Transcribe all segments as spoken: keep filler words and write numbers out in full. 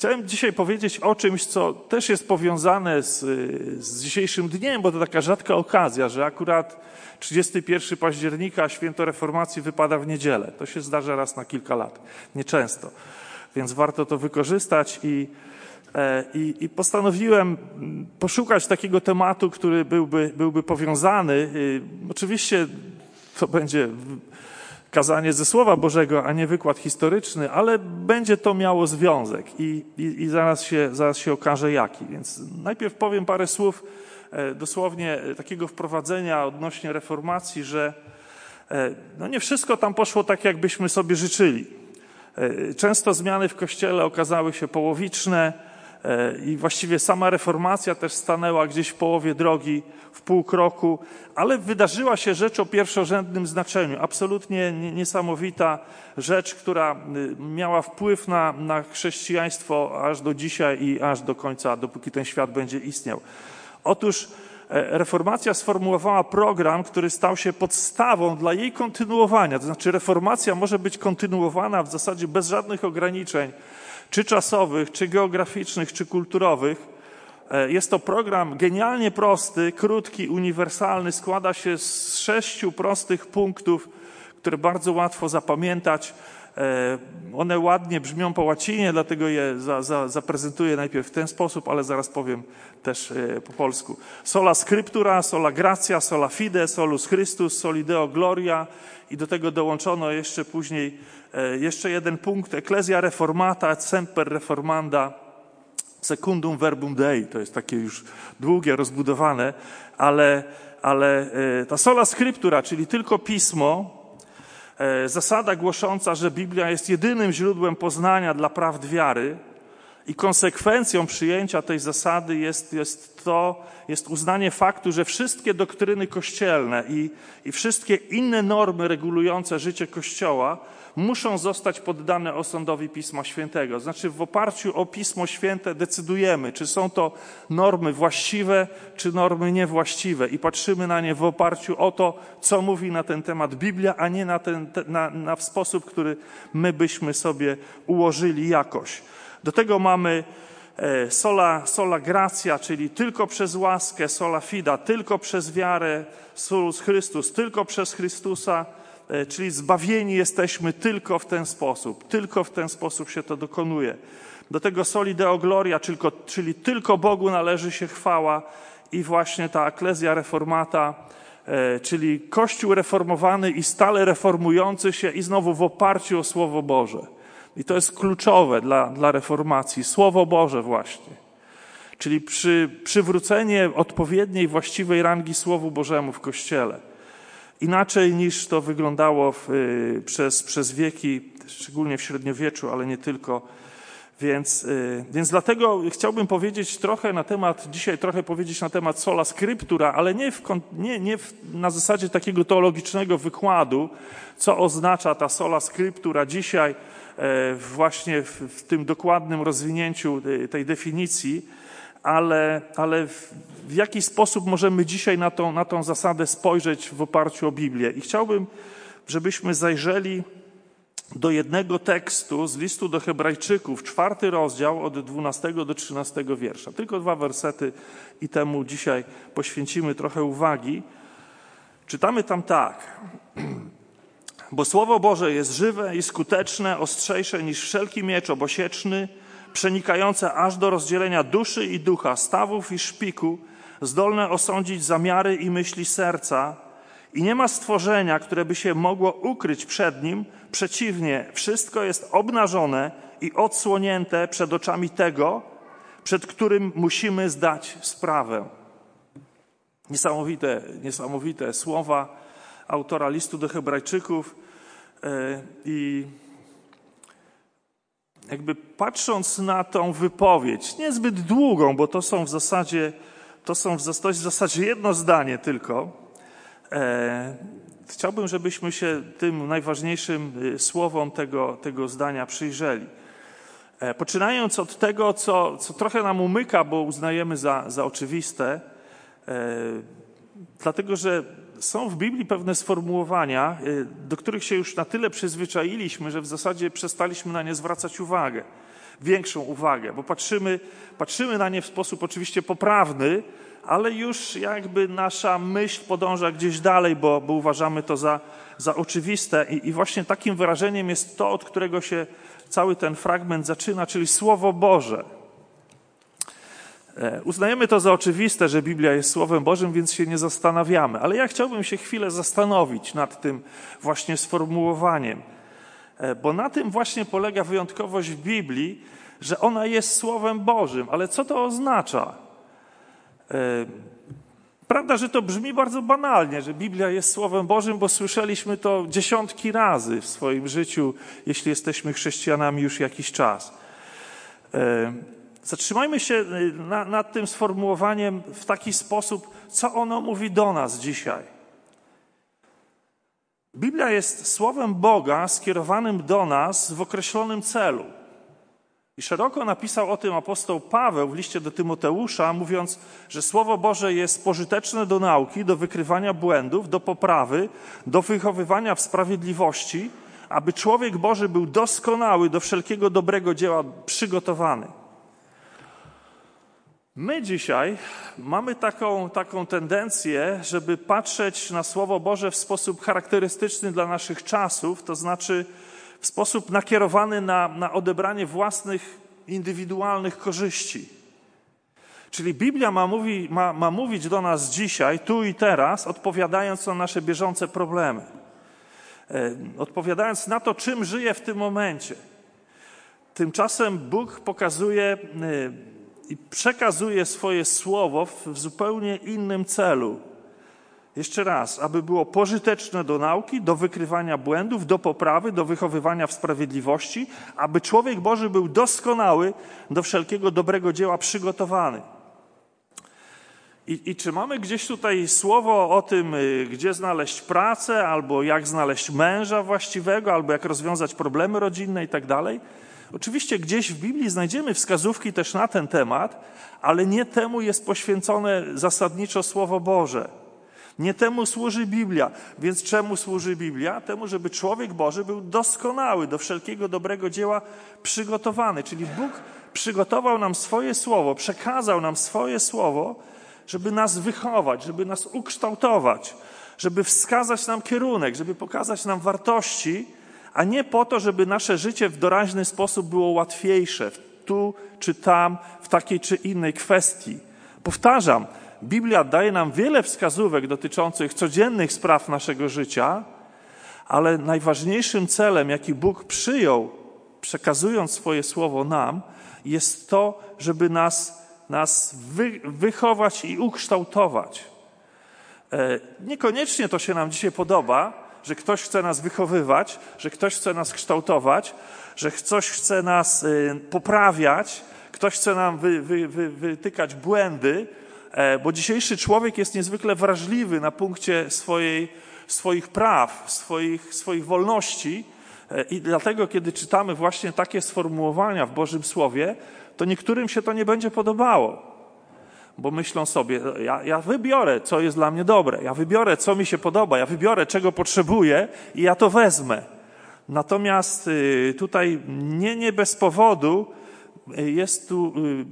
Chciałem dzisiaj powiedzieć o czymś, co też jest powiązane z, z dzisiejszym dniem, bo to taka rzadka okazja, że akurat trzydziestego pierwszego października, święto Reformacji, wypada w niedzielę. To się zdarza raz na kilka lat, nieczęsto. Więc warto to wykorzystać i, i, i postanowiłem poszukać takiego tematu, który byłby, byłby powiązany. Oczywiście to będzie kazanie ze Słowa Bożego, a nie wykład historyczny, ale będzie to miało związek i, i, i zaraz, się, zaraz się okaże jaki. Więc najpierw powiem parę słów dosłownie takiego wprowadzenia odnośnie reformacji, że no nie wszystko tam poszło tak, jakbyśmy sobie życzyli. Często zmiany w Kościele okazały się połowiczne i właściwie sama reformacja też stanęła gdzieś w połowie drogi, w pół kroku, ale wydarzyła się rzecz o pierwszorzędnym znaczeniu. Absolutnie niesamowita rzecz, która miała wpływ na, na chrześcijaństwo aż do dzisiaj i aż do końca, dopóki ten świat będzie istniał. Otóż reformacja sformułowała program, który stał się podstawą dla jej kontynuowania. To znaczy reformacja może być kontynuowana w zasadzie bez żadnych ograniczeń, czy czasowych, czy geograficznych, czy kulturowych. Jest to program genialnie prosty, krótki, uniwersalny. Składa się z sześciu prostych punktów, które bardzo łatwo zapamiętać. One ładnie brzmią po łacinie, dlatego je za, za, zaprezentuję najpierw w ten sposób, ale zaraz powiem też po polsku. Sola scriptura, sola gratia, sola fide, solus Christus, soli deo gloria i do tego dołączono jeszcze później jeszcze jeden punkt, ecclesia reformata et semper reformanda, secundum verbum Dei. To jest takie już długie, rozbudowane, ale, ale ta sola scriptura, czyli tylko pismo, zasada głosząca, że Biblia jest jedynym źródłem poznania dla prawd wiary i konsekwencją przyjęcia tej zasady jest, jest to, jest uznanie faktu, że wszystkie doktryny kościelne i, i wszystkie inne normy regulujące życie Kościoła muszą zostać poddane osądowi Pisma Świętego. Znaczy w oparciu o Pismo Święte decydujemy, czy są to normy właściwe, czy normy niewłaściwe i patrzymy na nie w oparciu o to, co mówi na ten temat Biblia, a nie na, ten, na, na w sposób, który my byśmy sobie ułożyli jakoś. Do tego mamy sola, sola gratia, czyli tylko przez łaskę, sola fida, tylko przez wiarę, solus Christus, tylko przez Chrystusa, czyli zbawieni jesteśmy tylko w ten sposób. Tylko w ten sposób się to dokonuje. Do tego soli deo gloria, czyli, czyli tylko Bogu należy się chwała i właśnie ta ecclesia reformata, czyli Kościół reformowany i stale reformujący się i znowu w oparciu o Słowo Boże. I to jest kluczowe dla, dla reformacji. Słowo Boże właśnie. Czyli przy, przywrócenie odpowiedniej, właściwej rangi Słowu Bożemu w Kościele. Inaczej niż to wyglądało w, y, przez, przez wieki, szczególnie w średniowieczu, ale nie tylko. Więc, y, więc dlatego chciałbym powiedzieć trochę na temat, dzisiaj trochę powiedzieć na temat sola scriptura, ale nie, w, nie, nie w, na zasadzie takiego teologicznego wykładu, co oznacza ta sola scriptura dzisiaj, y, właśnie w, w tym dokładnym rozwinięciu y, tej definicji, ale, ale w, w jaki sposób możemy dzisiaj na tą, na tą zasadę spojrzeć w oparciu o Biblię. I chciałbym, żebyśmy zajrzeli do jednego tekstu z listu do Hebrajczyków, czwarty rozdział od dwunastego do trzynastego wiersza. Tylko dwa wersety i temu dzisiaj poświęcimy trochę uwagi. Czytamy tam tak. Bo Słowo Boże jest żywe i skuteczne, ostrzejsze niż wszelki miecz obosieczny, przenikające aż do rozdzielenia duszy i ducha, stawów i szpiku, zdolne osądzić zamiary i myśli serca i nie ma stworzenia, które by się mogło ukryć przed nim. Przeciwnie, wszystko jest obnażone i odsłonięte przed oczami tego, przed którym musimy zdać sprawę. Niesamowite, niesamowite słowa autora listu do Hebrajczyków yy, i jakby patrząc na tą wypowiedź, niezbyt długą, bo to są w zasadzie, to są w zasadzie, w zasadzie jedno zdanie tylko, e, chciałbym, żebyśmy się tym najważniejszym słowom tego, tego zdania przyjrzeli. E, poczynając od tego, co, co trochę nam umyka, bo uznajemy za, za oczywiste, e, dlatego, że są w Biblii pewne sformułowania, do których się już na tyle przyzwyczailiśmy, że w zasadzie przestaliśmy na nie zwracać uwagę. większą uwagę, bo patrzymy, patrzymy na nie w sposób oczywiście poprawny, ale już jakby nasza myśl podąża gdzieś dalej, bo, bo uważamy to za, za oczywiste. I, I właśnie takim wyrażeniem jest to, od którego się cały ten fragment zaczyna, czyli Słowo Boże. Uznajemy to za oczywiste, że Biblia jest Słowem Bożym, więc się nie zastanawiamy. Ale ja chciałbym się chwilę zastanowić nad tym właśnie sformułowaniem. Bo na tym właśnie polega wyjątkowość w Biblii, że ona jest Słowem Bożym. Ale co to oznacza? Prawda, że to brzmi bardzo banalnie, że Biblia jest Słowem Bożym, bo słyszeliśmy to dziesiątki razy w swoim życiu, jeśli jesteśmy chrześcijanami już jakiś czas. Zatrzymajmy się na, nad tym sformułowaniem w taki sposób, co ono mówi do nas dzisiaj. Biblia jest Słowem Boga skierowanym do nas w określonym celu. I szeroko napisał o tym apostoł Paweł w liście do Tymoteusza, mówiąc, że Słowo Boże jest pożyteczne do nauki, do wykrywania błędów, do poprawy, do wychowywania w sprawiedliwości, aby człowiek Boży był doskonały, do wszelkiego dobrego dzieła przygotowany. My dzisiaj mamy taką, taką tendencję, żeby patrzeć na Słowo Boże w sposób charakterystyczny dla naszych czasów, to znaczy w sposób nakierowany na, na odebranie własnych, indywidualnych korzyści. Czyli Biblia ma, mówi, ma, ma mówić do nas dzisiaj, tu i teraz, odpowiadając na nasze bieżące problemy. E, odpowiadając na to, czym żyje w tym momencie. Tymczasem Bóg pokazuje e, i przekazuje swoje słowo w, w zupełnie innym celu. Jeszcze raz, aby było pożyteczne do nauki, do wykrywania błędów, do poprawy, do wychowywania w sprawiedliwości, aby człowiek Boży był doskonały, do wszelkiego dobrego dzieła przygotowany. I, i czy mamy gdzieś tutaj słowo o tym, gdzie znaleźć pracę, albo jak znaleźć męża właściwego, albo jak rozwiązać problemy rodzinne i tak dalej? Oczywiście gdzieś w Biblii znajdziemy wskazówki też na ten temat, ale nie temu jest poświęcone zasadniczo Słowo Boże. Nie temu służy Biblia. Więc czemu służy Biblia? Temu, żeby człowiek Boży był doskonały, do wszelkiego dobrego dzieła przygotowany. Czyli Bóg przygotował nam swoje słowo, przekazał nam swoje słowo, żeby nas wychować, żeby nas ukształtować, żeby wskazać nam kierunek, żeby pokazać nam wartości, a nie po to, żeby nasze życie w doraźny sposób było łatwiejsze, tu czy tam, w takiej czy innej kwestii. Powtarzam, Biblia daje nam wiele wskazówek dotyczących codziennych spraw naszego życia, ale najważniejszym celem, jaki Bóg przyjął, przekazując swoje słowo nam, jest to, żeby nas, nas wy, wychować i ukształtować. E, niekoniecznie to się nam dzisiaj podoba, że ktoś chce nas wychowywać, że ktoś chce nas kształtować, że ktoś chce nas y, poprawiać, ktoś chce nam wy, wy, wy, wytykać błędy, e, bo dzisiejszy człowiek jest niezwykle wrażliwy na punkcie swojej, swoich praw, swoich, swoich wolności e, i dlatego, kiedy czytamy właśnie takie sformułowania w Bożym Słowie, to niektórym się to nie będzie podobało. Bo myślą sobie, ja, ja wybiorę, co jest dla mnie dobre, ja wybiorę, co mi się podoba, ja wybiorę, czego potrzebuję i ja to wezmę. Natomiast y, tutaj nie, nie bez powodu jest, tu, y,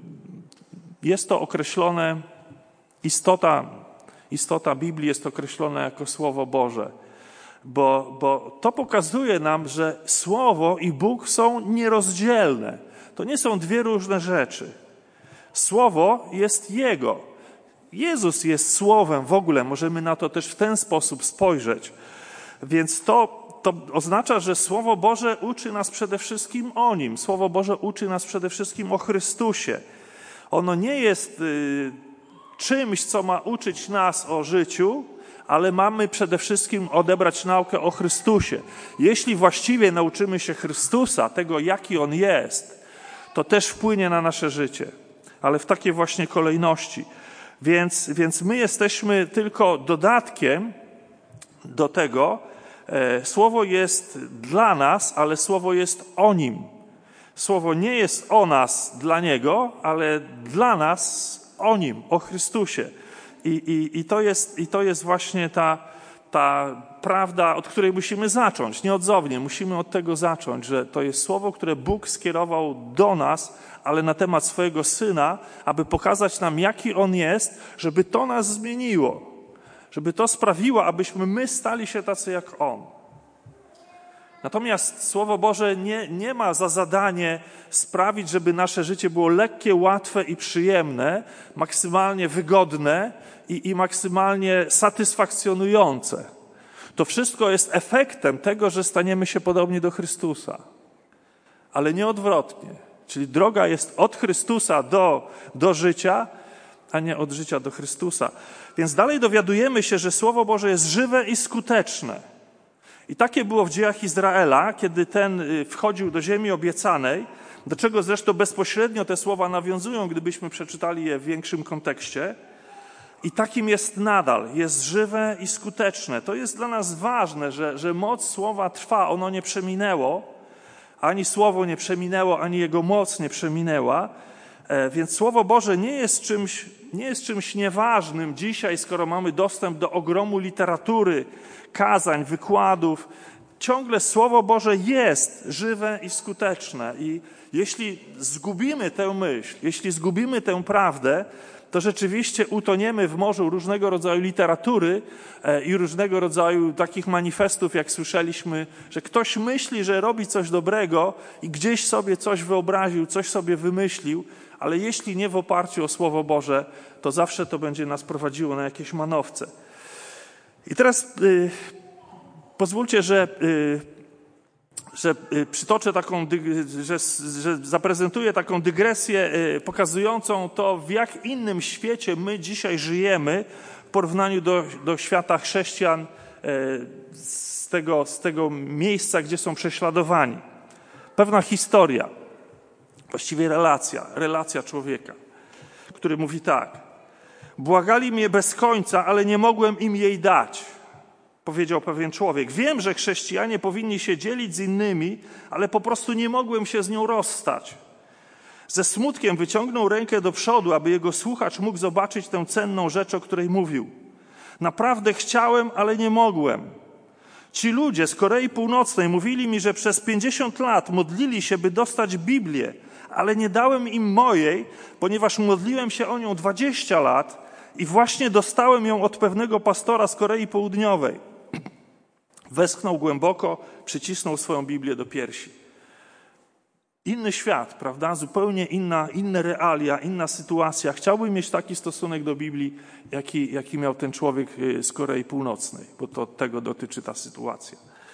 jest to określone, istota, istota Biblii jest określona jako Słowo Boże. Bo, bo to pokazuje nam, że Słowo i Bóg są nierozdzielne. To nie są dwie różne rzeczy. Słowo jest Jego. Jezus jest Słowem w ogóle. Możemy na to też w ten sposób spojrzeć. Więc to, to oznacza, że Słowo Boże uczy nas przede wszystkim o Nim. Słowo Boże uczy nas przede wszystkim o Chrystusie. Ono nie jest y, czymś, co ma uczyć nas o życiu, ale mamy przede wszystkim odebrać naukę o Chrystusie. Jeśli właściwie nauczymy się Chrystusa, tego jaki On jest, to też wpłynie na nasze życie. Ale w takiej właśnie kolejności. Więc, więc my jesteśmy tylko dodatkiem do tego. E, słowo jest dla nas, ale Słowo jest o Nim. Słowo nie jest o nas dla Niego, ale dla nas o Nim, o Chrystusie. I, i, i, to, jest, i to jest właśnie ta, ta prawda, od której musimy zacząć, nieodzownie. Musimy od tego zacząć, że to jest słowo, które Bóg skierował do nas, ale na temat swojego Syna, aby pokazać nam, jaki On jest, żeby to nas zmieniło. Żeby to sprawiło, abyśmy my stali się tacy jak On. Natomiast Słowo Boże nie, nie ma za zadanie sprawić, żeby nasze życie było lekkie, łatwe i przyjemne, maksymalnie wygodne i, i maksymalnie satysfakcjonujące. To wszystko jest efektem tego, że staniemy się podobni do Chrystusa. Ale nie odwrotnie. Czyli droga jest od Chrystusa do, do życia, a nie od życia do Chrystusa. Więc dalej dowiadujemy się, że Słowo Boże jest żywe i skuteczne. I takie było w dziejach Izraela, kiedy ten wchodził do ziemi obiecanej, do czego zresztą bezpośrednio te słowa nawiązują, gdybyśmy przeczytali je w większym kontekście. I takim jest nadal, jest żywe i skuteczne. To jest dla nas ważne, że, że moc Słowa trwa, ono nie przeminęło, ani Słowo nie przeminęło, ani Jego moc nie przeminęła. Więc Słowo Boże nie jest czymś, nie jest czymś nieważnym dzisiaj, skoro mamy dostęp do ogromu literatury, kazań, wykładów. Ciągle Słowo Boże jest żywe i skuteczne. I jeśli zgubimy tę myśl, jeśli zgubimy tę prawdę, to rzeczywiście utoniemy w morzu różnego rodzaju literatury i różnego rodzaju takich manifestów, jak słyszeliśmy, że ktoś myśli, że robi coś dobrego i gdzieś sobie coś wyobraził, coś sobie wymyślił, ale jeśli nie w oparciu o Słowo Boże, to zawsze to będzie nas prowadziło na jakieś manowce. I teraz y, pozwólcie, że, y, że y, przytoczę taką, że, że zaprezentuję taką dygresję y, pokazującą to, w jak innym świecie my dzisiaj żyjemy w porównaniu do, do świata chrześcijan y, z, tego, z tego miejsca, gdzie są prześladowani. Pewna historia, właściwie relacja, relacja człowieka, który mówi tak. Błagali mnie bez końca, ale nie mogłem im jej dać, powiedział pewien człowiek. Wiem, że chrześcijanie powinni się dzielić z innymi, ale po prostu nie mogłem się z nią rozstać. Ze smutkiem wyciągnął rękę do przodu, aby jego słuchacz mógł zobaczyć tę cenną rzecz, o której mówił. Naprawdę chciałem, ale nie mogłem. Ci ludzie z Korei Północnej mówili mi, że przez pięćdziesiąt lat modlili się, by dostać Biblię, ale nie dałem im mojej, ponieważ modliłem się o nią dwadzieścia lat i właśnie dostałem ją od pewnego pastora z Korei Południowej. Westchnął głęboko, przycisnął swoją Biblię do piersi. Inny świat, prawda? Zupełnie inna, inne realia, inna sytuacja. Chciałbym mieć taki stosunek do Biblii, jaki, jaki miał ten człowiek z Korei Północnej, bo to tego dotyczy ta sytuacja.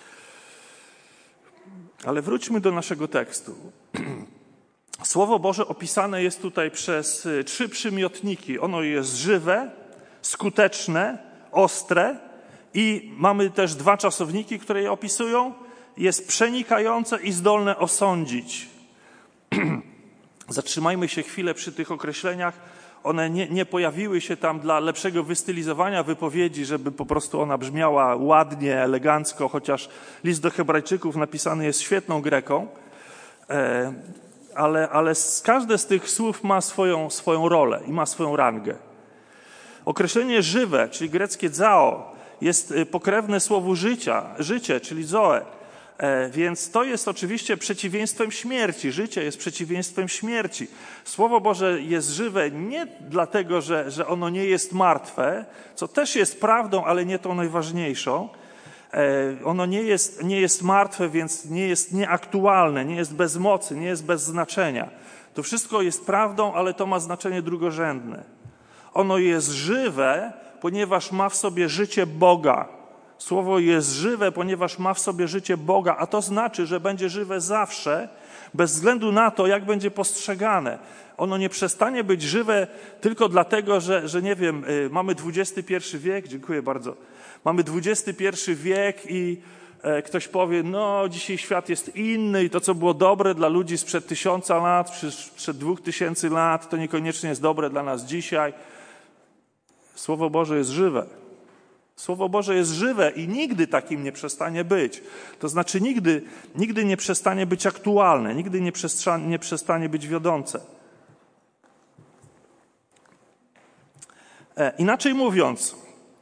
Ale wróćmy do naszego tekstu. Słowo Boże opisane jest tutaj przez trzy przymiotniki. Ono jest żywe, skuteczne, ostre i mamy też dwa czasowniki, które je opisują. Jest przenikające i zdolne osądzić. Zatrzymajmy się chwilę przy tych określeniach. One nie, nie pojawiły się tam dla lepszego wystylizowania wypowiedzi, żeby po prostu ona brzmiała ładnie, elegancko, chociaż list do Hebrajczyków napisany jest świetną greką. E, ale, ale każde z tych słów ma swoją, swoją rolę i ma swoją rangę. Określenie żywe, czyli greckie zao, jest pokrewne słowu życia, życie, czyli zoe. Więc to jest oczywiście przeciwieństwem śmierci. Życie jest przeciwieństwem śmierci. Słowo Boże jest żywe nie dlatego, że, że ono nie jest martwe, co też jest prawdą, ale nie tą najważniejszą. Ono nie jest, nie jest martwe, więc nie jest nieaktualne, nie jest bez mocy, nie jest bez znaczenia. To wszystko jest prawdą, ale to ma znaczenie drugorzędne. Ono jest żywe, ponieważ ma w sobie życie Boga. Słowo jest żywe, ponieważ ma w sobie życie Boga, a to znaczy, że będzie żywe zawsze, bez względu na to, jak będzie postrzegane. Ono nie przestanie być żywe tylko dlatego, że, że nie wiem, mamy dwudziesty pierwszy wiek, dziękuję bardzo, mamy dwudziesty pierwszy wiek i e, ktoś powie, no dzisiaj świat jest inny i to, co było dobre dla ludzi sprzed tysiąca lat, sprzed dwóch tysięcy lat, to niekoniecznie jest dobre dla nas dzisiaj. Słowo Boże jest żywe. Słowo Boże jest żywe i nigdy takim nie przestanie być. To znaczy nigdy, nigdy nie przestanie być aktualne, nigdy nie przestanie, nie przestanie być wiodące. E, inaczej mówiąc,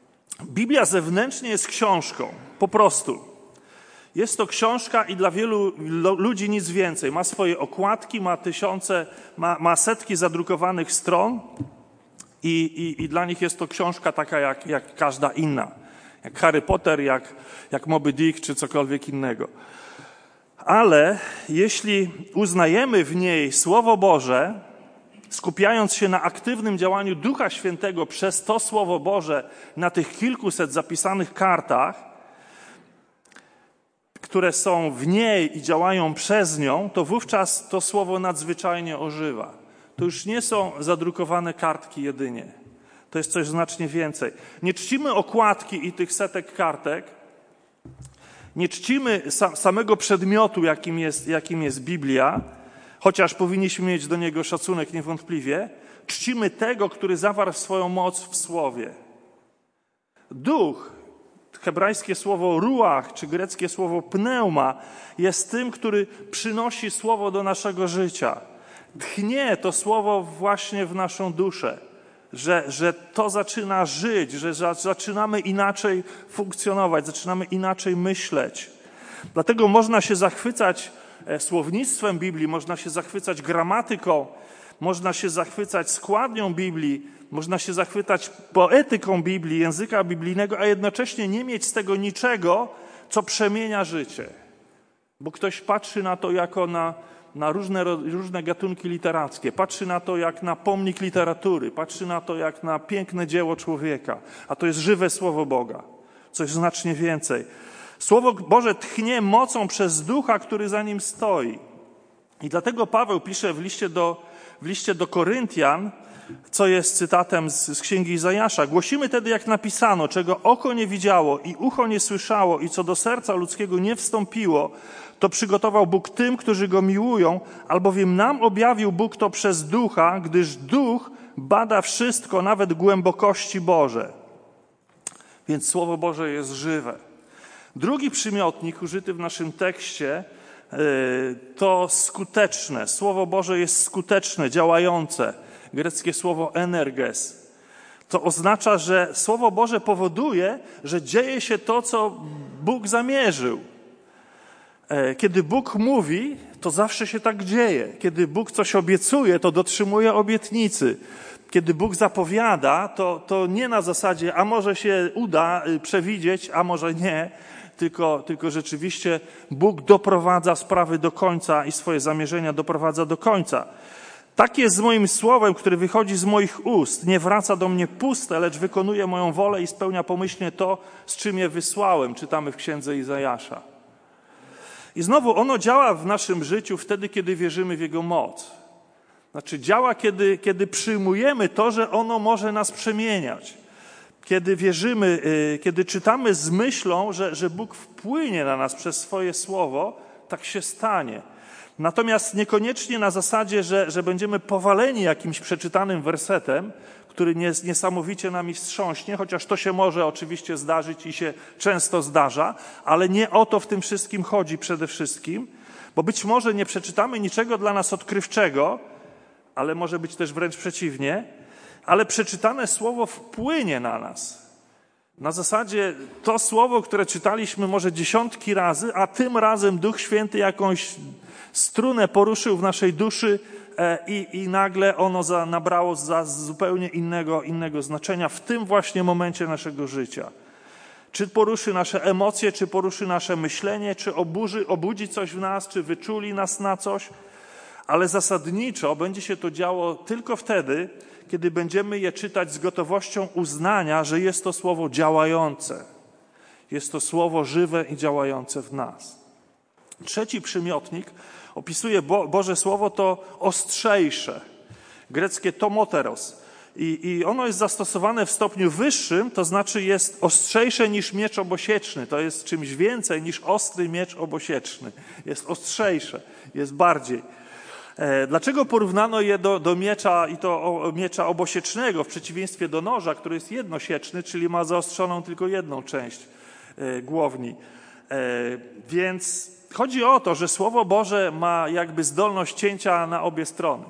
Biblia zewnętrznie jest książką, po prostu. Jest to książka i dla wielu ludzi nic więcej. Ma swoje okładki, ma tysiące, ma, ma setki zadrukowanych stron i, i, i dla nich jest to książka taka jak, jak każda inna. Jak Harry Potter, jak, jak Moby Dick czy cokolwiek innego. Ale jeśli uznajemy w niej Słowo Boże, skupiając się na aktywnym działaniu Ducha Świętego przez to Słowo Boże na tych kilkuset zapisanych kartach, które są w niej i działają przez nią, to wówczas to Słowo nadzwyczajnie ożywa. To już nie są zadrukowane kartki jedynie. To jest coś znacznie więcej. Nie czcimy okładki i tych setek kartek, nie czcimy sa- samego przedmiotu, jakim jest, jakim jest Biblia, chociaż powinniśmy mieć do niego szacunek niewątpliwie. Czcimy tego, który zawarł swoją moc w Słowie. Duch, hebrajskie słowo ruach, czy greckie słowo pneuma, jest tym, który przynosi Słowo do naszego życia. Tchnie to Słowo właśnie w naszą duszę. Że, że to zaczyna żyć, że za, zaczynamy inaczej funkcjonować, zaczynamy inaczej myśleć. Dlatego można się zachwycać słownictwem Biblii, można się zachwycać gramatyką, można się zachwycać składnią Biblii, można się zachwycać poetyką Biblii, języka biblijnego, a jednocześnie nie mieć z tego niczego, co przemienia życie. Bo ktoś patrzy na to jako na na różne, różne gatunki literackie, patrzy na to jak na pomnik literatury, patrzy na to jak na piękne dzieło człowieka, a to jest żywe Słowo Boga, coś znacznie więcej. Słowo Boże tchnie mocą przez Ducha, który za nim stoi. I dlatego Paweł pisze w liście do, w liście do Koryntian, co jest cytatem z, z Księgi Izajasza. Głosimy tedy, jak napisano, czego oko nie widziało i ucho nie słyszało i co do serca ludzkiego nie wstąpiło, to przygotował Bóg tym, którzy Go miłują, albowiem nam objawił Bóg to przez Ducha, gdyż Duch bada wszystko, nawet głębokości Boże. Więc Słowo Boże jest żywe. Drugi przymiotnik użyty w naszym tekście to skuteczne. Słowo Boże jest skuteczne, działające. Greckie słowo energes. To oznacza, że Słowo Boże powoduje, że dzieje się to, co Bóg zamierzył. Kiedy Bóg mówi, to zawsze się tak dzieje. Kiedy Bóg coś obiecuje, to dotrzymuje obietnicy. Kiedy Bóg zapowiada, to, to nie na zasadzie, a może się uda przewidzieć, a może nie, tylko, tylko rzeczywiście Bóg doprowadza sprawy do końca i swoje zamierzenia doprowadza do końca. Tak jest z moim słowem, które wychodzi z moich ust. Nie wraca do mnie puste, lecz wykonuje moją wolę i spełnia pomyślnie to, z czym je wysłałem. Czytamy w Księdze Izajasza. I znowu ono działa w naszym życiu wtedy, kiedy wierzymy w Jego moc. Znaczy działa, kiedy, kiedy przyjmujemy to, że ono może nas przemieniać. Kiedy wierzymy, kiedy czytamy z myślą, że, że Bóg wpłynie na nas przez swoje słowo, tak się stanie. Natomiast niekoniecznie na zasadzie, że, że będziemy powaleni jakimś przeczytanym wersetem, który nies, niesamowicie nami wstrząśnie, chociaż to się może oczywiście zdarzyć i się często zdarza, ale nie o to w tym wszystkim chodzi przede wszystkim, bo być może nie przeczytamy niczego dla nas odkrywczego, ale może być też wręcz przeciwnie, ale przeczytane słowo wpłynie na nas. Na zasadzie to słowo, które czytaliśmy może dziesiątki razy, a tym razem Duch Święty jakąś strunę poruszył w naszej duszy i, i nagle ono za, nabrało za zupełnie innego, innego znaczenia w tym właśnie momencie naszego życia. Czy poruszy nasze emocje, czy poruszy nasze myślenie, czy oburzy, obudzi coś w nas, czy wyczuli nas na coś, ale zasadniczo będzie się to działo tylko wtedy, kiedy będziemy je czytać z gotowością uznania, że jest to słowo działające. Jest to słowo żywe i działające w nas. Trzeci przymiotnik opisuje Bo- Boże Słowo, to ostrzejsze. Greckie tomoteros. I, I ono jest zastosowane w stopniu wyższym, to znaczy jest ostrzejsze niż miecz obosieczny. To jest czymś więcej niż ostry miecz obosieczny. Jest ostrzejsze, jest bardziej. E, dlaczego porównano je do, do miecza i to o, miecza obosiecznego w przeciwieństwie do noża, który jest jednosieczny, czyli ma zaostrzoną tylko jedną część e, głowni. E, więc chodzi o to, że Słowo Boże ma jakby zdolność cięcia na obie strony.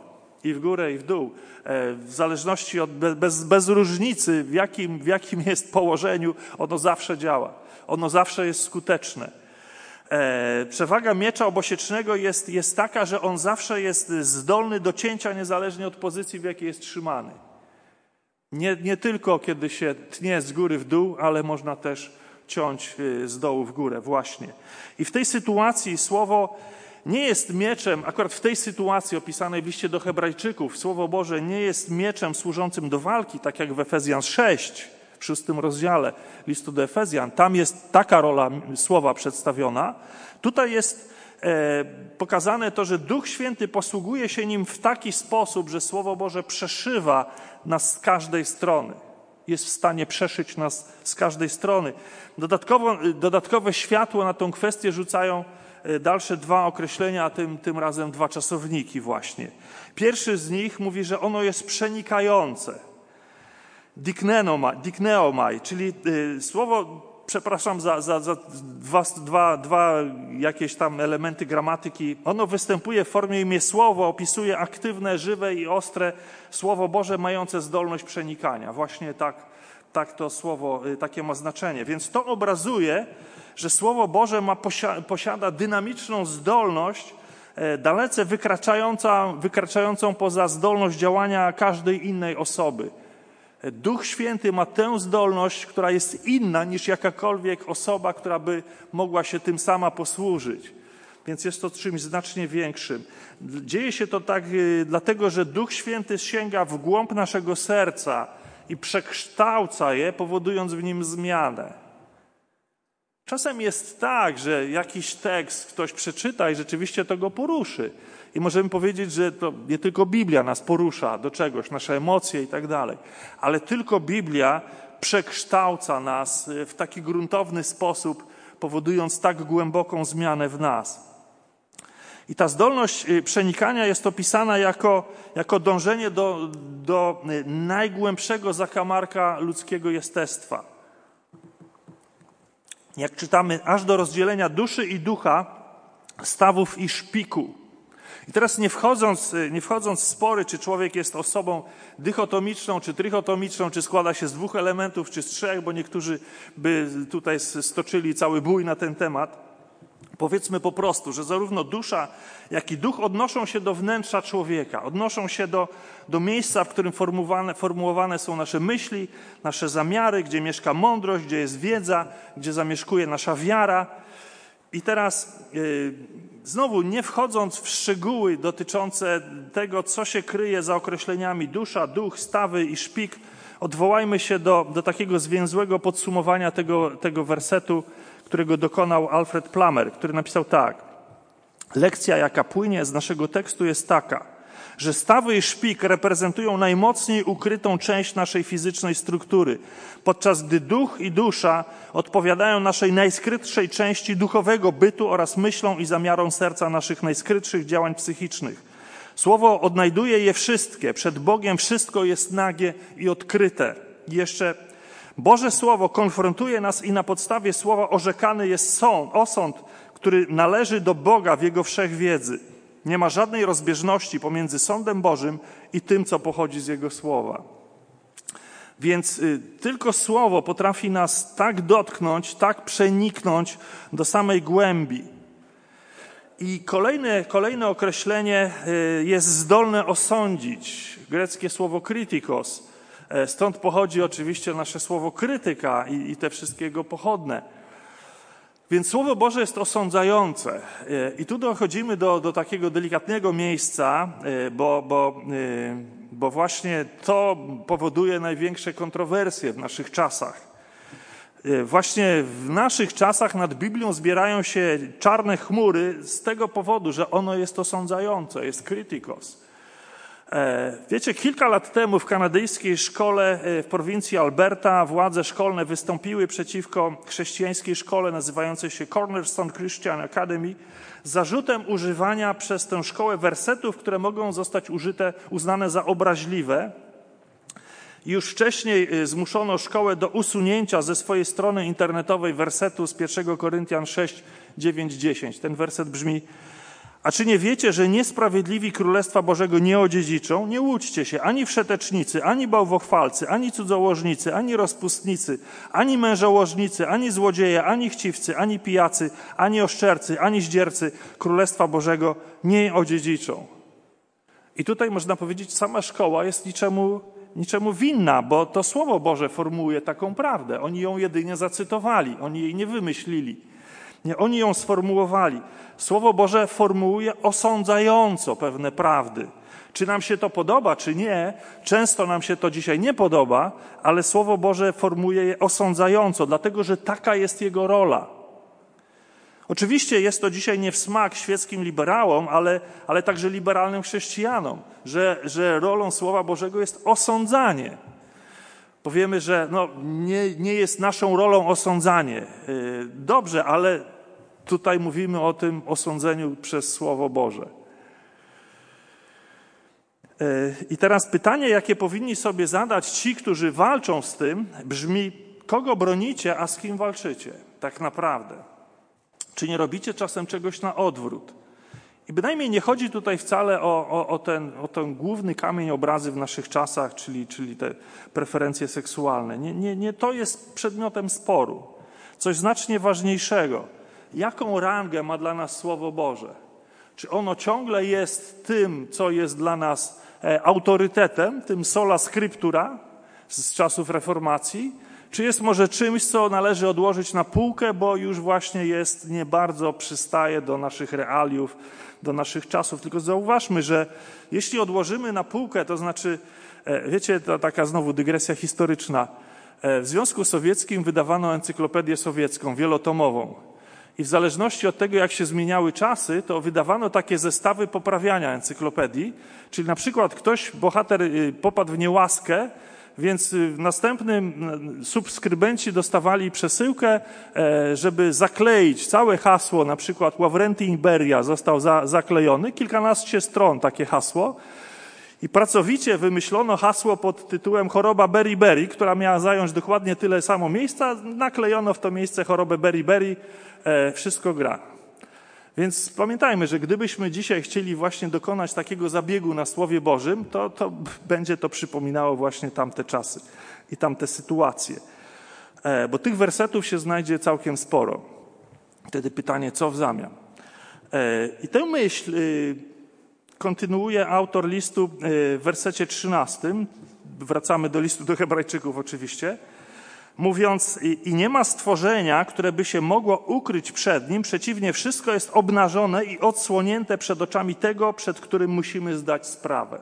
I w górę, i w dół. W zależności od, bez, bez różnicy, w jakim, w jakim jest położeniu, ono zawsze działa. Ono zawsze jest skuteczne. Przewaga miecza obosiecznego jest, jest taka, że on zawsze jest zdolny do cięcia niezależnie od pozycji, w jakiej jest trzymany. Nie, nie tylko kiedy się tnie z góry w dół, ale można też ciąć z dołu w górę właśnie. I w tej sytuacji słowo nie jest mieczem, akurat w tej sytuacji opisanej w liście do Hebrajczyków, Słowo Boże nie jest mieczem służącym do walki, tak jak w Efezjan sześć, w szóstym rozdziale listu do Efezjan. Tam jest taka rola słowa przedstawiona. Tutaj jest e, pokazane to, że Duch Święty posługuje się nim w taki sposób, że Słowo Boże przeszywa nas z każdej strony. Jest w stanie przeszyć nas z każdej strony. Dodatkowo, dodatkowe światło na tą kwestię rzucają dalsze dwa określenia, a tym, tym razem dwa czasowniki właśnie. Pierwszy z nich mówi, że ono jest przenikające. Dikneomai, czyli y, słowo, przepraszam za, za, za dwa, dwa, dwa jakieś tam elementy gramatyki, ono występuje w formie imię słowo, opisuje aktywne, żywe i ostre Słowo Boże mające zdolność przenikania. Właśnie tak, tak to słowo, y, takie ma znaczenie. Więc to obrazuje, że Słowo Boże ma, posiada dynamiczną zdolność, dalece wykraczająca, wykraczającą poza zdolność działania każdej innej osoby. Duch Święty ma tę zdolność, która jest inna niż jakakolwiek osoba, która by mogła się tym sama posłużyć. Więc jest to czymś znacznie większym. Dzieje się to tak dlatego, że Duch Święty sięga w głąb naszego serca i przekształca je, powodując w nim zmianę. Czasem jest tak, że jakiś tekst ktoś przeczyta i rzeczywiście to go poruszy. I możemy powiedzieć, że to nie tylko Biblia nas porusza do czegoś, nasze emocje i tak dalej, ale tylko Biblia przekształca nas w taki gruntowny sposób, powodując tak głęboką zmianę w nas. I ta zdolność przenikania jest opisana jako, jako dążenie do, do najgłębszego zakamarka ludzkiego jestestwa. Jak czytamy, aż do rozdzielenia duszy i ducha, stawów i szpiku. I teraz nie wchodząc, nie wchodząc w spory, czy człowiek jest osobą dychotomiczną, czy trychotomiczną, czy składa się z dwóch elementów, czy z trzech, bo niektórzy by tutaj stoczyli cały bój na ten temat. Powiedzmy po prostu, że zarówno dusza, jak i duch odnoszą się do wnętrza człowieka, odnoszą się do, do miejsca, w którym formułowane, formułowane są nasze myśli, nasze zamiary, gdzie mieszka mądrość, gdzie jest wiedza, gdzie zamieszkuje nasza wiara. I teraz yy, znowu nie wchodząc w szczegóły dotyczące tego, co się kryje za określeniami dusza, duch, stawy i szpik, odwołajmy się do, do takiego zwięzłego podsumowania tego, tego wersetu, którego dokonał Alfred Plummer, który napisał tak. Lekcja, jaka płynie z naszego tekstu, jest taka, że stawy i szpik reprezentują najmocniej ukrytą część naszej fizycznej struktury, podczas gdy duch i dusza odpowiadają naszej najskrytszej części duchowego bytu oraz myślom i zamiarom serca naszych najskrytszych działań psychicznych. Słowo odnajduje je wszystkie. Przed Bogiem wszystko jest nagie i odkryte. I jeszcze Boże Słowo konfrontuje nas i na podstawie Słowa orzekany jest sąd, osąd, który należy do Boga w Jego wszechwiedzy. Nie ma żadnej rozbieżności pomiędzy sądem Bożym i tym, co pochodzi z Jego Słowa. Więc y, tylko Słowo potrafi nas tak dotknąć, tak przeniknąć do samej głębi. I kolejne, kolejne określenie y, jest zdolne osądzić. Greckie słowo kritikos. Stąd pochodzi oczywiście nasze słowo krytyka i, i te wszystkie jego pochodne. Więc Słowo Boże jest osądzające. I tu dochodzimy do, do takiego delikatnego miejsca, bo, bo, bo właśnie to powoduje największe kontrowersje w naszych czasach. Właśnie w naszych czasach nad Biblią zbierają się czarne chmury z tego powodu, że ono jest osądzające, jest krytikos. Wiecie, kilka lat temu w kanadyjskiej szkole w prowincji Alberta władze szkolne wystąpiły przeciwko chrześcijańskiej szkole nazywającej się Cornerstone Christian Academy z zarzutem używania przez tę szkołę wersetów, które mogą zostać użyte, uznane za obraźliwe. Już wcześniej zmuszono szkołę do usunięcia ze swojej strony internetowej wersetu z pierwszego Koryntian sześć, dziewięć, dziesięć. Ten werset brzmi: A czy nie wiecie, że niesprawiedliwi Królestwa Bożego nie odziedziczą? Nie łudźcie się, ani wszetecznicy, ani bałwochwalcy, ani cudzołożnicy, ani rozpustnicy, ani mężołożnicy, ani złodzieje, ani chciwcy, ani pijacy, ani oszczercy, ani zdziercy Królestwa Bożego nie odziedziczą. I tutaj można powiedzieć, sama szkoła jest niczemu, niczemu winna, bo to Słowo Boże formułuje taką prawdę. Oni ją jedynie zacytowali, oni jej nie wymyślili. Nie, oni ją sformułowali. Słowo Boże formułuje osądzająco pewne prawdy. Czy nam się to podoba, czy nie, często nam się to dzisiaj nie podoba, ale Słowo Boże formułuje je osądzająco, dlatego że taka jest jego rola. Oczywiście jest to dzisiaj nie w smak świeckim liberałom, ale, ale także liberalnym chrześcijanom, że, że rolą Słowa Bożego jest osądzanie. Powiemy, że no, nie, nie jest naszą rolą osądzanie. Dobrze, ale tutaj mówimy o tym osądzeniu przez Słowo Boże. I teraz pytanie, jakie powinni sobie zadać ci, którzy walczą z tym, brzmi: kogo bronicie, a z kim walczycie? Tak naprawdę. Czy nie robicie czasem czegoś na odwrót? I bynajmniej nie chodzi tutaj wcale o, o, o, ten, o ten główny kamień obrazy w naszych czasach, czyli, czyli te preferencje seksualne. Nie, nie, nie to jest przedmiotem sporu. Coś znacznie ważniejszego. Jaką rangę ma dla nas Słowo Boże? Czy ono ciągle jest tym, co jest dla nas autorytetem, tym sola scriptura z czasów reformacji? Czy jest może czymś, co należy odłożyć na półkę, bo już właśnie jest, nie bardzo przystaje do naszych realiów, do naszych czasów? Tylko zauważmy, że jeśli odłożymy na półkę, to znaczy, wiecie, to taka znowu dygresja historyczna. W Związku Sowieckim wydawano encyklopedię sowiecką, wielotomową. I w zależności od tego, jak się zmieniały czasy, to wydawano takie zestawy poprawiania encyklopedii. Czyli na przykład ktoś, bohater, popadł w niełaskę, więc w następnym subskrybenci dostawali przesyłkę, żeby zakleić całe hasło, na przykład Ławrenty Imberia został za, zaklejony, kilkanaście stron takie hasło. I pracowicie wymyślono hasło pod tytułem choroba beriberi, która miała zająć dokładnie tyle samo miejsca. Naklejono w to miejsce chorobę beriberi, wszystko gra. Więc pamiętajmy, że gdybyśmy dzisiaj chcieli właśnie dokonać takiego zabiegu na Słowie Bożym, to, to będzie to przypominało właśnie tamte czasy i tamte sytuacje. Bo tych wersetów się znajdzie całkiem sporo. Wtedy pytanie, co w zamian? I tę myśl kontynuuje autor listu w wersecie trzynastym. Wracamy do listu do Hebrajczyków oczywiście. Mówiąc, i nie ma stworzenia, które by się mogło ukryć przed nim, przeciwnie, wszystko jest obnażone i odsłonięte przed oczami tego, przed którym musimy zdać sprawę.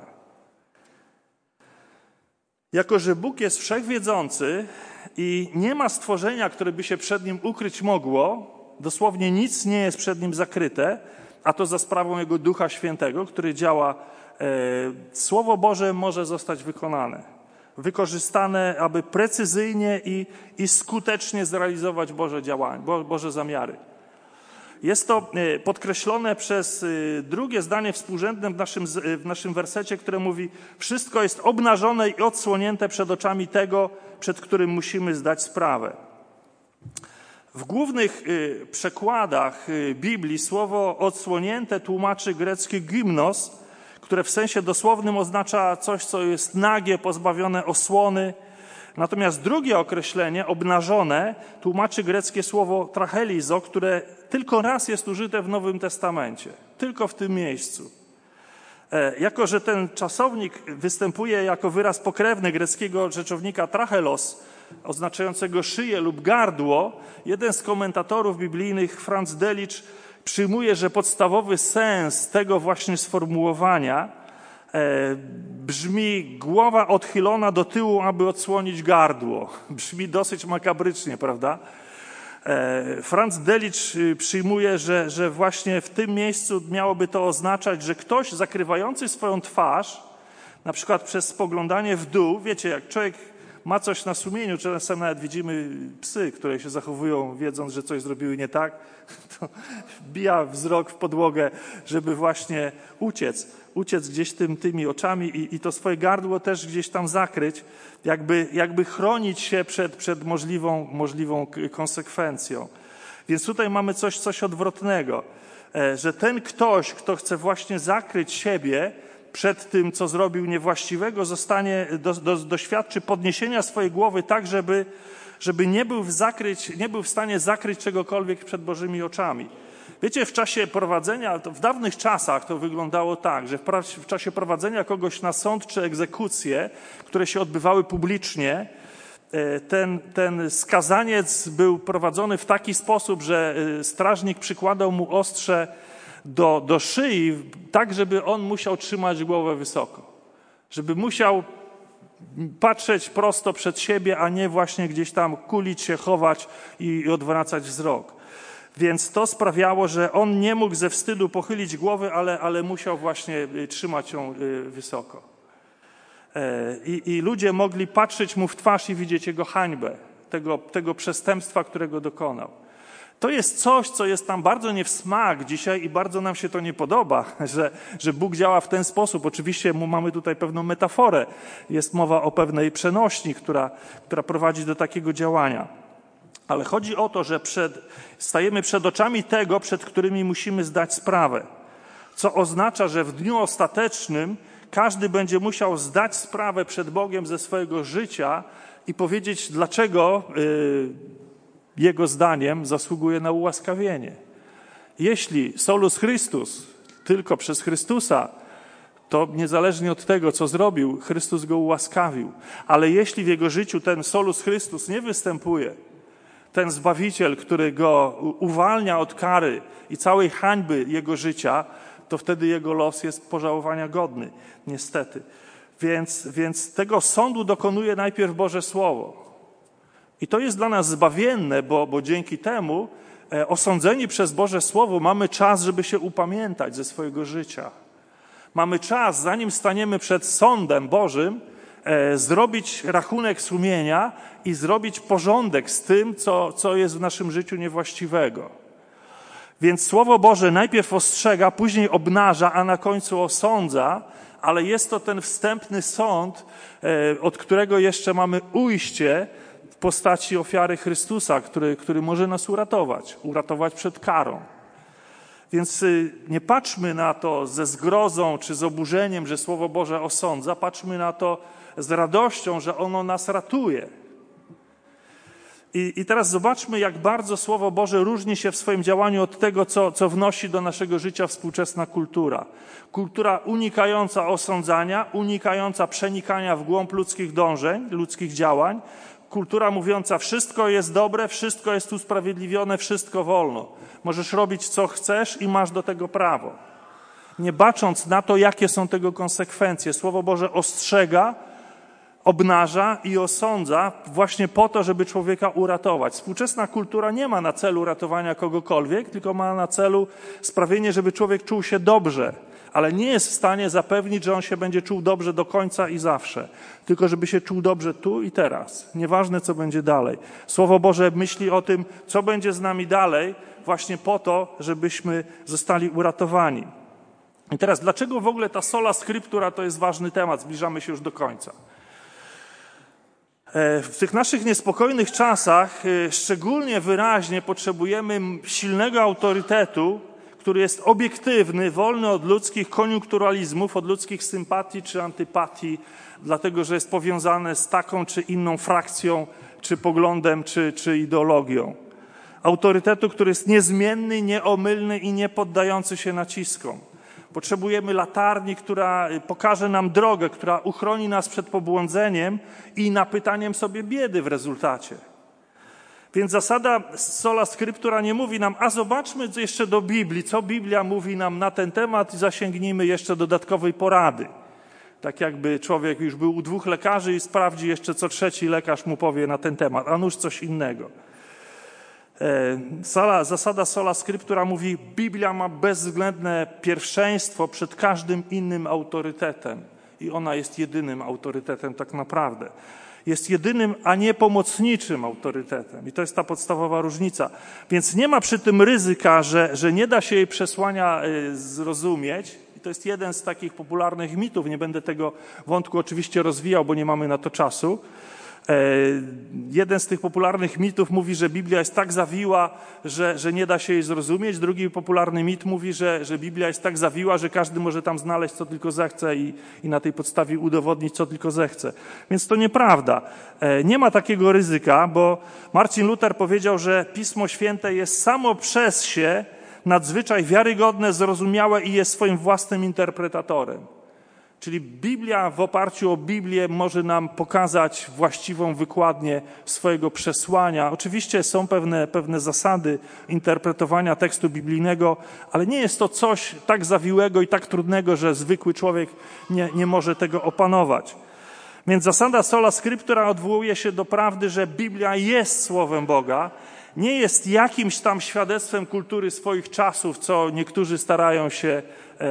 Jako że Bóg jest wszechwiedzący i nie ma stworzenia, które by się przed nim ukryć mogło, dosłownie nic nie jest przed nim zakryte, a to za sprawą Jego Ducha Świętego, który działa, e, Słowo Boże może zostać wykonane. Wykorzystane, aby precyzyjnie i, i skutecznie zrealizować Boże działania, Bo, Boże zamiary. Jest to podkreślone przez drugie zdanie współrzędne w naszym, w naszym wersecie, które mówi: wszystko jest obnażone i odsłonięte przed oczami tego, przed którym musimy zdać sprawę. W głównych przekładach Biblii słowo odsłonięte tłumaczy greckie gymnos, które w sensie dosłownym oznacza coś, co jest nagie, pozbawione osłony. Natomiast drugie określenie, obnażone, tłumaczy greckie słowo trachelizo, które tylko raz jest użyte w Nowym Testamencie. Tylko w tym miejscu. Jako że ten czasownik występuje jako wyraz pokrewny greckiego rzeczownika trachelos, oznaczającego szyję lub gardło, jeden z komentatorów biblijnych, Franz Delitzsch, przyjmuje, że podstawowy sens tego właśnie sformułowania e, brzmi głowa odchylona do tyłu, aby odsłonić gardło. Brzmi dosyć makabrycznie, prawda? E, Franz Delitzsch przyjmuje, że, że właśnie w tym miejscu miałoby to oznaczać, że ktoś zakrywający swoją twarz, na przykład przez spoglądanie w dół, wiecie, jak człowiek ma coś na sumieniu, czasem nawet widzimy psy, które się zachowują, wiedząc, że coś zrobiły nie tak, to wbija wzrok w podłogę, żeby właśnie uciec, uciec gdzieś tym, tymi oczami i, i to swoje gardło też gdzieś tam zakryć, jakby, jakby chronić się przed, przed możliwą, możliwą konsekwencją. Więc tutaj mamy coś, coś odwrotnego. że ten ktoś, kto chce właśnie zakryć siebie przed tym, co zrobił niewłaściwego, zostanie, do, do, doświadczy podniesienia swojej głowy tak, żeby, żeby nie był, w zakryć, nie był w stanie zakryć czegokolwiek przed Bożymi oczami. Wiecie, w czasie prowadzenia, to w dawnych czasach to wyglądało tak, że w, pra, w czasie prowadzenia kogoś na sąd czy egzekucje, które się odbywały publicznie, ten, ten skazaniec był prowadzony w taki sposób, że strażnik przykładał mu ostrze do, do szyi, tak żeby on musiał trzymać głowę wysoko. Żeby musiał patrzeć prosto przed siebie, a nie właśnie gdzieś tam kulić się, chować i odwracać wzrok. Więc to sprawiało, że on nie mógł ze wstydu pochylić głowy, ale, ale musiał właśnie trzymać ją wysoko. I, I ludzie mogli patrzeć mu w twarz i widzieć jego hańbę, tego, tego przestępstwa, którego dokonał. To jest coś, co jest nam bardzo nie w smak dzisiaj i bardzo nam się to nie podoba, że, że Bóg działa w ten sposób. Oczywiście mamy tutaj pewną metaforę. Jest mowa o pewnej przenośni, która, która prowadzi do takiego działania. Ale chodzi o to, że przed, stajemy przed oczami tego, przed którymi musimy zdać sprawę. Co oznacza, że w dniu ostatecznym każdy będzie musiał zdać sprawę przed Bogiem ze swojego życia i powiedzieć, dlaczego yy, jego zdaniem zasługuje na ułaskawienie. Jeśli solus Christus, tylko przez Chrystusa, to niezależnie od tego, co zrobił, Chrystus go ułaskawił. Ale jeśli w jego życiu ten solus Christus nie występuje, ten Zbawiciel, który go uwalnia od kary i całej hańby jego życia, to wtedy jego los jest pożałowania godny, niestety. Więc, więc tego sądu dokonuje najpierw Boże Słowo. I to jest dla nas zbawienne, bo, bo dzięki temu e, osądzeni przez Boże Słowo mamy czas, żeby się upamiętać ze swojego życia. Mamy czas, zanim staniemy przed sądem Bożym, e, zrobić rachunek sumienia i zrobić porządek z tym, co, co jest w naszym życiu niewłaściwego. Więc Słowo Boże najpierw ostrzega, później obnaża, a na końcu osądza, ale jest to ten wstępny sąd, e, od którego jeszcze mamy ujście w postaci ofiary Chrystusa, który, który może nas uratować, uratować przed karą. Więc nie patrzmy na to ze zgrozą czy z oburzeniem, że Słowo Boże osądza, patrzmy na to z radością, że ono nas ratuje. I, i teraz zobaczmy, jak bardzo Słowo Boże różni się w swoim działaniu od tego, co, co wnosi do naszego życia współczesna kultura. Kultura unikająca osądzania, unikająca przenikania w głąb ludzkich dążeń, ludzkich działań. Kultura mówiąca, wszystko jest dobre, wszystko jest usprawiedliwione, wszystko wolno. Możesz robić, co chcesz i masz do tego prawo. Nie bacząc na to, jakie są tego konsekwencje. Słowo Boże ostrzega, obnaża i osądza właśnie po to, żeby człowieka uratować. Współczesna kultura nie ma na celu ratowania kogokolwiek, tylko ma na celu sprawienie, żeby człowiek czuł się dobrze, ale nie jest w stanie zapewnić, że on się będzie czuł dobrze do końca i zawsze, tylko żeby się czuł dobrze tu i teraz. Nieważne, co będzie dalej. Słowo Boże myśli o tym, co będzie z nami dalej, właśnie po to, żebyśmy zostali uratowani. I teraz, dlaczego w ogóle ta sola scriptura to jest ważny temat? Zbliżamy się już do końca. W tych naszych niespokojnych czasach szczególnie wyraźnie potrzebujemy silnego autorytetu, który jest obiektywny, wolny od ludzkich koniunkturalizmów, od ludzkich sympatii czy antypatii, dlatego że jest powiązany z taką czy inną frakcją, czy poglądem, czy, czy ideologią. Autorytetu, który jest niezmienny, nieomylny i nie poddający się naciskom. Potrzebujemy latarni, która pokaże nam drogę, która uchroni nas przed pobłądzeniem i napytaniem sobie biedy w rezultacie. Więc zasada sola scriptura nie mówi nam, a zobaczmy jeszcze do Biblii, co Biblia mówi nam na ten temat i zasięgnijmy jeszcze dodatkowej porady. Tak jakby człowiek już był u dwóch lekarzy i sprawdzi jeszcze, co trzeci lekarz mu powie na ten temat, a nuż coś innego. Sala, zasada sola scriptura mówi, Biblia ma bezwzględne pierwszeństwo przed każdym innym autorytetem i ona jest jedynym autorytetem tak naprawdę. Jest jedynym, a nie pomocniczym autorytetem i to jest ta podstawowa różnica. Więc nie ma przy tym ryzyka, że, że nie da się jej przesłania zrozumieć i to jest jeden z takich popularnych mitów, nie będę tego wątku oczywiście rozwijał, bo nie mamy na to czasu. Jeden z tych popularnych mitów mówi, że Biblia jest tak zawiła, że, że nie da się jej zrozumieć. Drugi popularny mit mówi, że, że Biblia jest tak zawiła, że każdy może tam znaleźć, co tylko zechce i, i na tej podstawie udowodnić, co tylko zechce. Więc to nieprawda. Nie ma takiego ryzyka, bo Marcin Luther powiedział, że Pismo Święte jest samo przez się nadzwyczaj wiarygodne, zrozumiałe i jest swoim własnym interpretatorem. Czyli Biblia w oparciu o Biblię może nam pokazać właściwą wykładnię swojego przesłania. Oczywiście są pewne, pewne zasady interpretowania tekstu biblijnego, ale nie jest to coś tak zawiłego i tak trudnego, że zwykły człowiek nie, nie może tego opanować. Więc zasada sola scriptura odwołuje się do prawdy, że Biblia jest Słowem Boga, nie jest jakimś tam świadectwem kultury swoich czasów, co niektórzy starają się e,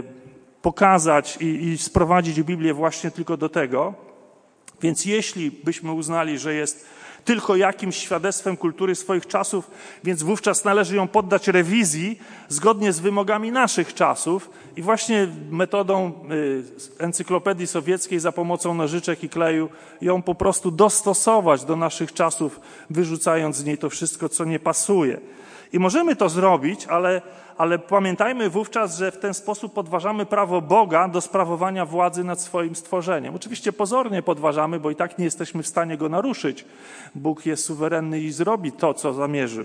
pokazać i, i sprowadzić Biblię właśnie tylko do tego. Więc jeśli byśmy uznali, że jest tylko jakimś świadectwem kultury swoich czasów, więc wówczas należy ją poddać rewizji zgodnie z wymogami naszych czasów i właśnie metodą encyklopedii sowieckiej za pomocą nożyczek i kleju ją po prostu dostosować do naszych czasów, wyrzucając z niej to wszystko, co nie pasuje. I możemy to zrobić, ale, ale pamiętajmy wówczas, że w ten sposób podważamy prawo Boga do sprawowania władzy nad swoim stworzeniem. Oczywiście pozornie podważamy, bo i tak nie jesteśmy w stanie go naruszyć. Bóg jest suwerenny i zrobi to, co zamierzył.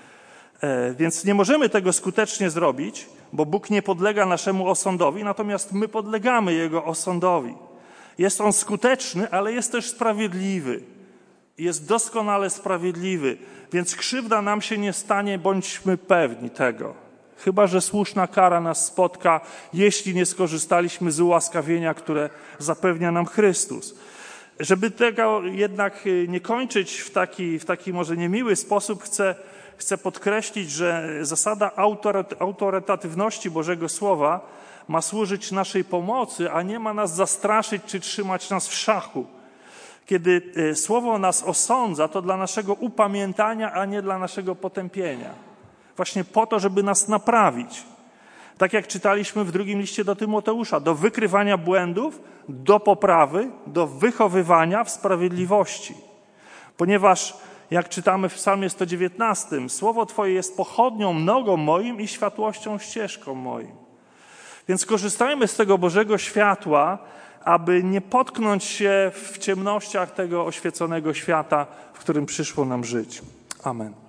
E, więc nie możemy tego skutecznie zrobić, bo Bóg nie podlega naszemu osądowi, natomiast my podlegamy Jego osądowi. Jest on skuteczny, ale jest też sprawiedliwy. Jest doskonale sprawiedliwy, więc krzywda nam się nie stanie, bądźmy pewni tego. Chyba że słuszna kara nas spotka, jeśli nie skorzystaliśmy z ułaskawienia, które zapewnia nam Chrystus. Żeby tego jednak nie kończyć w taki, w taki może niemiły sposób, chcę, chcę podkreślić, że zasada autorytatywności Bożego Słowa ma służyć naszej pomocy, a nie ma nas zastraszyć czy trzymać nas w szachu. Kiedy Słowo nas osądza, to dla naszego upamiętania, a nie dla naszego potępienia. Właśnie po to, żeby nas naprawić. Tak jak czytaliśmy w drugim liście do Tymoteusza, do wykrywania błędów, do poprawy, do wychowywania w sprawiedliwości. Ponieważ, jak czytamy w psalmie sto dziewiętnastym, Słowo Twoje jest pochodnią nogą moim i światłością ścieżką moim. Więc korzystajmy z tego Bożego światła, aby nie potknąć się w ciemnościach tego oświeconego świata, w którym przyszło nam żyć. Amen.